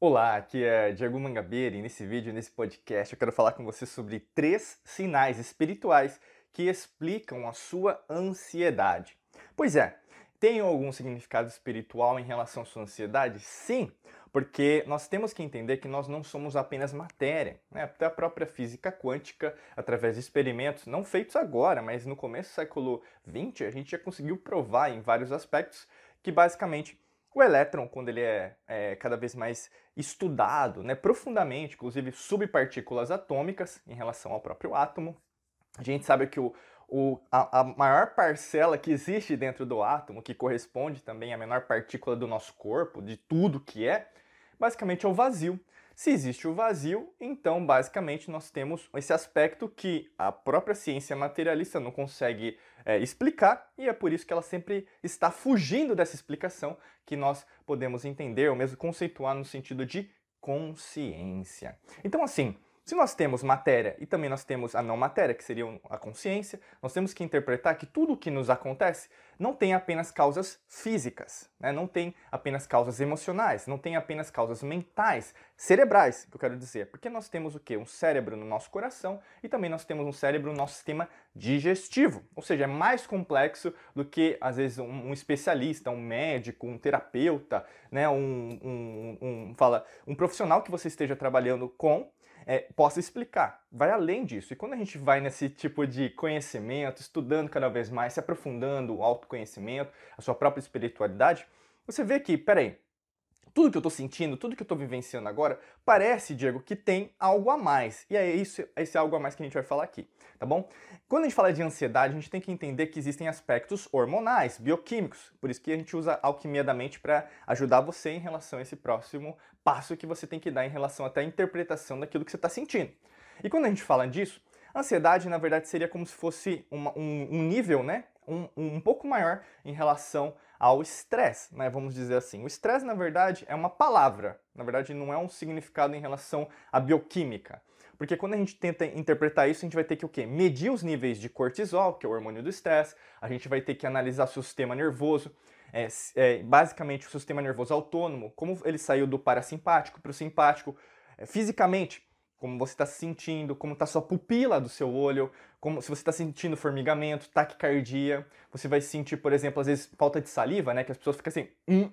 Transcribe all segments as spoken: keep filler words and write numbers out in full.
Olá, aqui é Diego Mangabeira e nesse vídeo, nesse podcast, eu quero falar com você sobre três sinais espirituais que explicam a sua ansiedade. Pois é, tem algum significado espiritual em relação à sua ansiedade? Sim, porque nós temos que entender que nós não somos apenas matéria, né? Até a própria física quântica, através de experimentos não feitos agora, mas no começo do século vinte, a gente já conseguiu provar em vários aspectos que basicamente o elétron, quando ele é, é cada vez mais estudado, né, profundamente, inclusive subpartículas atômicas em relação ao próprio átomo, a gente sabe que o, o, a, a maior parcela que existe dentro do átomo, que corresponde também à menor partícula do nosso corpo, de tudo que é, basicamente é o vazio. Se existe o vazio, então basicamente nós temos esse aspecto que a própria ciência materialista não consegue é, explicar, e é por isso que ela sempre está fugindo dessa explicação que nós podemos entender ou mesmo conceituar no sentido de consciência. Então assim, se nós temos matéria e também nós temos a não matéria, que seria a consciência, nós temos que interpretar que tudo o que nos acontece não tem apenas causas físicas, né? Não tem apenas causas emocionais, não tem apenas causas mentais, cerebrais, que eu quero dizer. Porque nós temos o quê? Um cérebro no nosso coração e também nós temos um cérebro no nosso sistema digestivo. Ou seja, é mais complexo do que, às vezes, um, um especialista, um médico, um terapeuta, né? um, um, um, fala, um profissional que você esteja trabalhando com, É, possa explicar. Vai além disso. E quando a gente vai nesse tipo de conhecimento, estudando cada vez mais, se aprofundando o autoconhecimento, a sua própria espiritualidade, você vê que, peraí, tudo que eu estou sentindo, tudo que eu estou vivenciando agora, parece, Diego, que tem algo a mais. E é isso, esse algo a mais que a gente vai falar aqui, tá bom? Quando a gente fala de ansiedade, a gente tem que entender que existem aspectos hormonais, bioquímicos. Por isso que a gente usa a alquimia da mente para ajudar você em relação a esse próximo passo que você tem que dar em relação até à interpretação daquilo que você está sentindo. E quando a gente fala disso, a ansiedade, na verdade, seria como se fosse uma, um, um nível, né? Um, um pouco maior em relação ao estresse, né? Vamos dizer assim. O estresse, na verdade, é uma palavra. Na verdade, não é um significado em relação à bioquímica. Porque quando a gente tenta interpretar isso, a gente vai ter que o quê? Medir os níveis de cortisol, que é o hormônio do estresse. A gente vai ter que analisar o seu sistema nervoso. É, é, basicamente, o sistema nervoso autônomo, como ele saiu do parasimpático para o simpático, é, fisicamente, como você está se sentindo, como está a sua pupila do seu olho, como se você está sentindo formigamento, taquicardia. Você vai sentir, por exemplo, às vezes falta de saliva, né? Que as pessoas ficam assim, hum,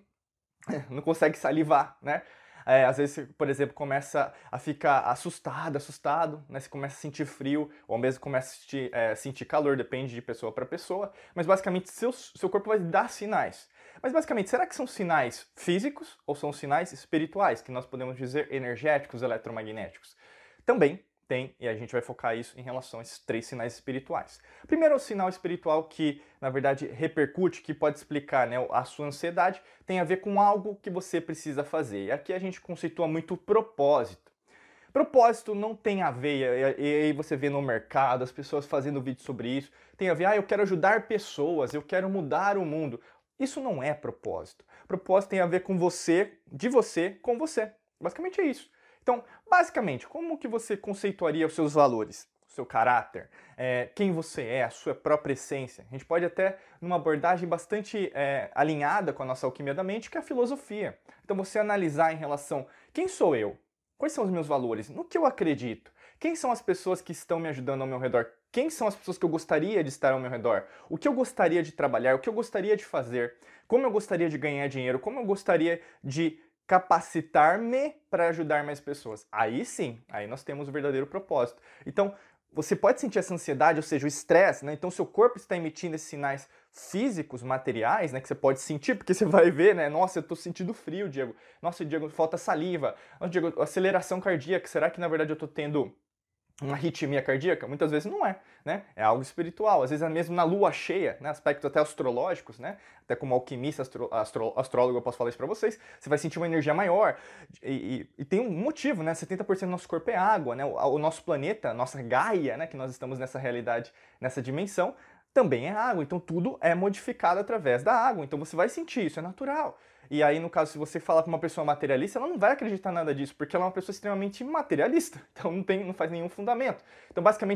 não conseguem salivar, né? É, às vezes, por exemplo, começa a ficar assustado, assustado, né? Você começa a sentir frio, ou mesmo começa a sentir, é, sentir calor, depende de pessoa para pessoa. Mas basicamente, seu, seu corpo vai dar sinais. Mas basicamente, será que são sinais físicos ou são sinais espirituais, que nós podemos dizer energéticos, eletromagnéticos? Também tem, e a gente vai focar isso em relação a esses três sinais espirituais. Primeiro, o sinal espiritual que, na verdade, repercute, que pode explicar, né, a sua ansiedade, tem a ver com algo que você precisa fazer. E aqui a gente conceitua muito propósito. Propósito não tem a ver, e aí você vê no mercado as pessoas fazendo vídeo sobre isso, tem a ver, ah, eu quero ajudar pessoas, eu quero mudar o mundo. Isso não é propósito. Propósito tem a ver com você, de você, com você. Basicamente é isso. Então, basicamente, como que você conceituaria os seus valores, o seu caráter, é, quem você é, a sua própria essência? A gente pode até, numa abordagem bastante é, alinhada com a nossa alquimia da mente, que é a filosofia. Então, você analisar em relação, quem sou eu? Quais são os meus valores? No que eu acredito? Quem são as pessoas que estão me ajudando ao meu redor? Quem são as pessoas que eu gostaria de estar ao meu redor? O que eu gostaria de trabalhar? O que eu gostaria de fazer? Como eu gostaria de ganhar dinheiro? Como eu gostaria de capacitar-me para ajudar mais pessoas? Aí sim, aí nós temos o verdadeiro propósito. Então, você pode sentir essa ansiedade, ou seja, o estresse, né? Então, seu corpo está emitindo esses sinais físicos, materiais, né? Que você pode sentir, porque você vai ver, né? Nossa, eu estou sentindo frio, Diego. Nossa, Diego, falta saliva. Nossa, Diego, aceleração cardíaca. Será que, na verdade, eu estou tendo uma arritmia cardíaca? Muitas vezes não é, né? É algo espiritual. Às vezes é mesmo na lua cheia, né? Aspectos até astrológicos, né? Até como alquimista, astro, astro, astrólogo, eu posso falar isso pra vocês. Você vai sentir uma energia maior. E, e, e tem um motivo, né? setenta por cento do nosso corpo é água, né? O, o nosso planeta, a nossa Gaia, né? Que nós estamos nessa realidade, nessa dimensão, também é água. Então tudo é modificado através da água. Então você vai sentir, isso é natural. E aí, no caso, se você falar para uma pessoa materialista, ela não vai acreditar nada disso, porque ela é uma pessoa extremamente materialista. Então não, tem, não faz nenhum fundamento. Então, basicamente,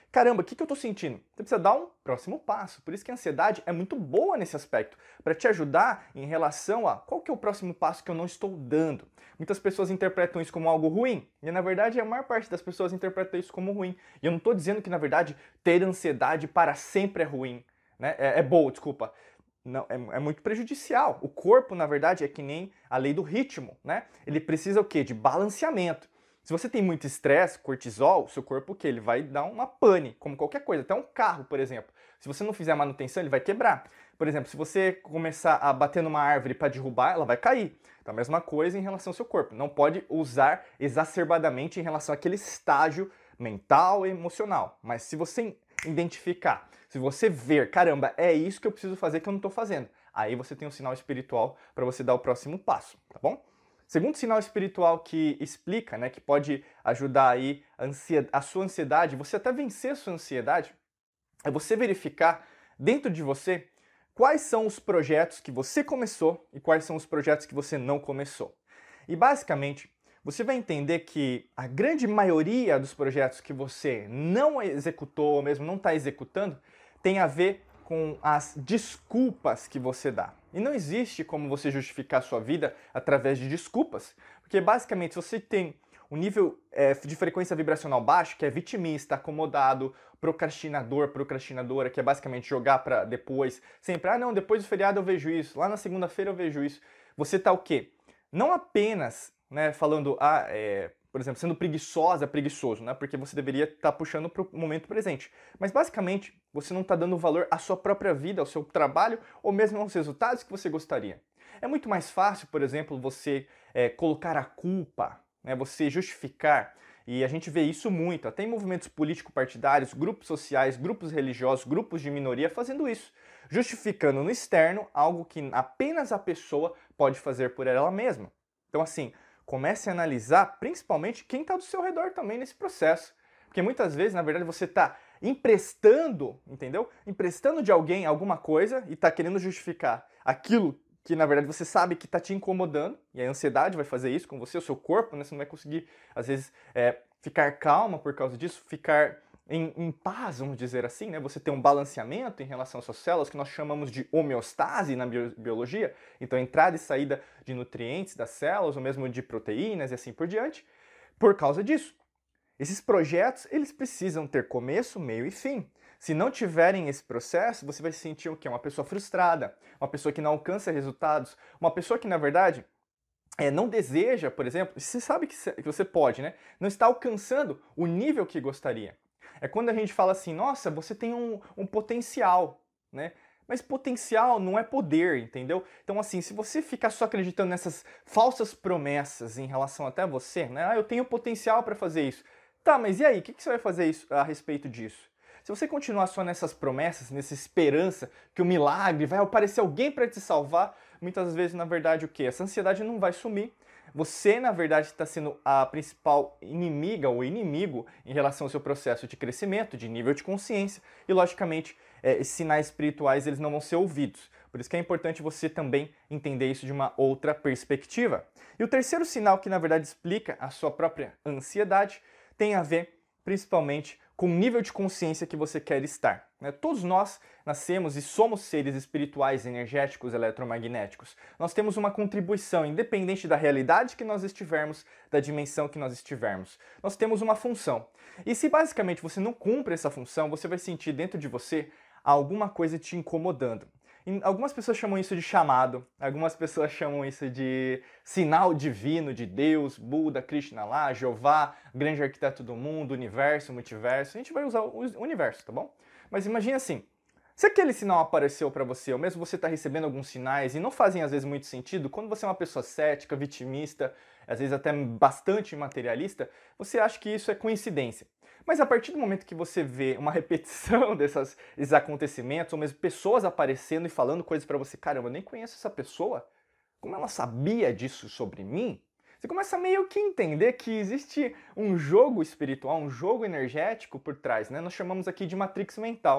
Caramba, o que, que eu estou sentindo? Você precisa dar um próximo passo. Por isso que a ansiedade é muito boa nesse aspecto, para te ajudar em relação a qual que é o próximo passo que eu não estou dando. Muitas pessoas interpretam isso como algo ruim, e na verdade a maior parte das pessoas interpreta isso como ruim. E eu não estou dizendo que na verdade ter ansiedade para sempre é ruim, né? É, é bom, desculpa. Não, é, é muito prejudicial. O corpo, na verdade, é que nem a lei do ritmo, né? Ele precisa o quê? De balanceamento. Se você tem muito estresse, cortisol, seu corpo o quê? Ele vai dar uma pane, como qualquer coisa, até um carro, por exemplo. Se você não fizer a manutenção, ele vai quebrar. Por exemplo, se você começar a bater numa árvore para derrubar, ela vai cair. Então a mesma coisa em relação ao seu corpo. Não pode usar exacerbadamente em relação àquele estágio mental e emocional. Mas se você identificar, se você ver, caramba, é isso que eu preciso fazer que eu não estou fazendo, aí você tem um sinal espiritual para você dar o próximo passo, tá bom? Segundo sinal espiritual que explica, né, que pode ajudar aí a, ansiedade, a sua ansiedade, você até vencer a sua ansiedade, é você verificar dentro de você quais são os projetos que você começou e quais são os projetos que você não começou. E basicamente, você vai entender que a grande maioria dos projetos que você não executou ou mesmo não está executando tem a ver com as desculpas que você dá. E não existe como você justificar a sua vida através de desculpas, porque basicamente se você tem um nível é, de frequência vibracional baixo, que é vitimista, acomodado, procrastinador, procrastinadora, que é basicamente jogar para depois, sempre, ah não, depois do feriado eu vejo isso, lá na segunda-feira eu vejo isso, você tá o quê? Não apenas, né, falando, ah, é, por exemplo, sendo preguiçosa, preguiçoso, né? Porque você deveria estar puxando para o momento presente. Mas basicamente, você não está dando valor à sua própria vida, ao seu trabalho, ou mesmo aos resultados que você gostaria. É muito mais fácil, por exemplo, você é, colocar a culpa, né? Você justificar. E a gente vê isso muito, até em movimentos político-partidários, grupos sociais, grupos religiosos, grupos de minoria fazendo isso. Justificando no externo algo que apenas a pessoa pode fazer por ela mesma. Então, assim, comece a analisar principalmente quem está do seu redor também nesse processo. Porque muitas vezes, na verdade, você está emprestando, entendeu? Emprestando de alguém alguma coisa e está querendo justificar aquilo que, na verdade, você sabe que está te incomodando. E a ansiedade vai fazer isso com você, o seu corpo, né? Você não vai conseguir, às vezes, é, ficar calma por causa disso, ficar em, em paz, vamos dizer assim, né? Você tem um balanceamento em relação às suas células, que nós chamamos de homeostase na biologia. Então, entrada e saída de nutrientes das células, ou mesmo de proteínas e assim por diante, por causa disso. Esses projetos, eles precisam ter começo, meio e fim. Se não tiverem esse processo, você vai se sentir o quê? Uma pessoa frustrada, uma pessoa que não alcança resultados, uma pessoa que, na verdade, é, não deseja, por exemplo, você sabe que você pode, né? Não está alcançando o nível que gostaria. É quando a gente fala assim, nossa, você tem um, um potencial, né? Mas potencial não é poder, entendeu? Então, assim, se você ficar só acreditando nessas falsas promessas em relação até a você, né? Ah, eu tenho potencial para fazer isso. Tá, mas e aí? O que você vai fazer isso, a respeito disso? Se você continuar só nessas promessas, nessa esperança que o milagre vai aparecer alguém para te salvar, muitas vezes, na verdade, o quê? Essa ansiedade não vai sumir. Você, na verdade, está sendo a principal inimiga ou inimigo em relação ao seu processo de crescimento, de nível de consciência, e, logicamente, é, esses sinais espirituais eles não vão ser ouvidos. Por isso que é importante você também entender isso de uma outra perspectiva. E o terceiro sinal que, na verdade, explica a sua própria ansiedade tem a ver, principalmente, com o nível de consciência que você quer estar. Né? Todos nós nascemos e somos seres espirituais, energéticos, eletromagnéticos. Nós temos uma contribuição, independente da realidade que nós estivermos, da dimensão que nós estivermos. Nós temos uma função. E se basicamente você não cumpre essa função, você vai sentir dentro de você alguma coisa te incomodando. E algumas pessoas chamam isso de chamado, algumas pessoas chamam isso de sinal divino de Deus, Buda, Krishna lá, Jeová, grande arquiteto do mundo, universo, multiverso. A gente vai usar o universo, tá bom? Mas imagine assim, se aquele sinal apareceu para você, ou mesmo você está recebendo alguns sinais e não fazem às vezes muito sentido, quando você é uma pessoa cética, vitimista, às vezes até bastante materialista, você acha que isso é coincidência. Mas a partir do momento que você vê uma repetição dessas, desses acontecimentos, ou mesmo pessoas aparecendo e falando coisas para você, caramba, eu nem conheço essa pessoa, como ela sabia disso sobre mim? Você começa meio que a entender que existe um jogo espiritual, um jogo energético por trás, né? Nós chamamos aqui de matrix mental.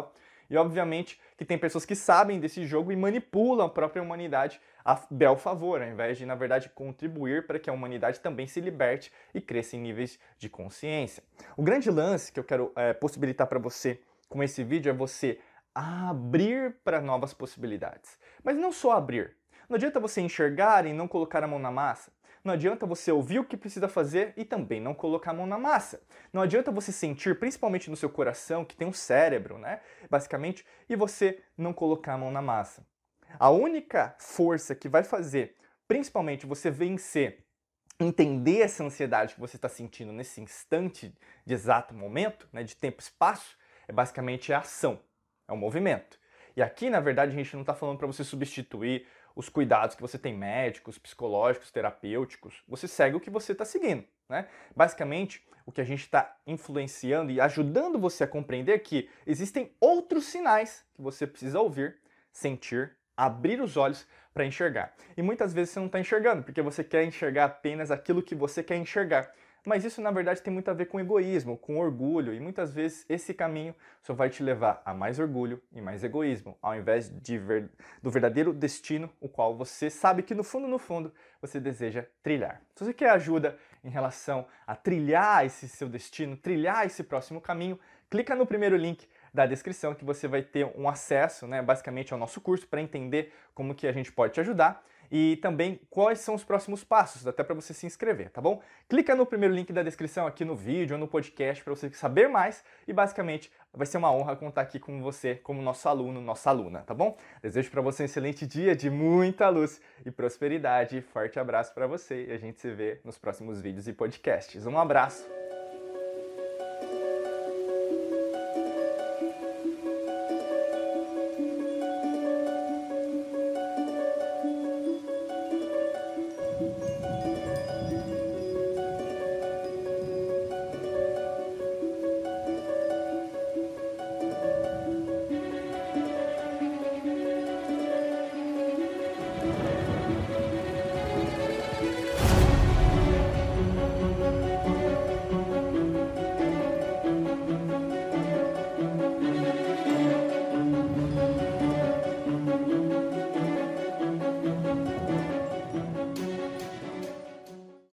E obviamente que tem pessoas que sabem desse jogo e manipulam a própria humanidade a bel favor, ao invés de, na verdade, contribuir para que a humanidade também se liberte e cresça em níveis de consciência. O grande lance que eu quero é, possibilitar para você com esse vídeo é você abrir para novas possibilidades. Mas não só abrir. Não adianta você enxergar e não colocar a mão na massa. Não adianta você ouvir o que precisa fazer e também não colocar a mão na massa. Não adianta você sentir, principalmente no seu coração, que tem um cérebro, né? Basicamente, e você não colocar a mão na massa. A única força que vai fazer, principalmente, você vencer, entender essa ansiedade que você está sentindo nesse instante de exato momento, né, de tempo e espaço, é basicamente a ação, é o movimento. E aqui, na verdade, a gente não está falando para você substituir os cuidados que você tem médicos, psicológicos, terapêuticos. Você segue o que você está seguindo, né? Basicamente, o que a gente está influenciando e ajudando você a compreender é que existem outros sinais que você precisa ouvir, sentir, abrir os olhos para enxergar. E muitas vezes você não está enxergando, porque você quer enxergar apenas aquilo que você quer enxergar. Mas isso, na verdade, tem muito a ver com egoísmo, com orgulho, e muitas vezes esse caminho só vai te levar a mais orgulho e mais egoísmo, ao invés de ver, do verdadeiro destino, o qual você sabe que no fundo, no fundo, você deseja trilhar. Se você quer ajuda em relação a trilhar esse seu destino, trilhar esse próximo caminho, clica no primeiro link da descrição que você vai ter um acesso, né, basicamente ao nosso curso para entender como que a gente pode te ajudar e também quais são os próximos passos, até para você se inscrever, tá bom? Clica no primeiro link da descrição aqui no vídeo ou no podcast para você saber mais e basicamente vai ser uma honra contar aqui com você como nosso aluno, nossa aluna, tá bom? Desejo para você um excelente dia de muita luz e prosperidade. Forte abraço para você e a gente se vê nos próximos vídeos e podcasts. Um abraço!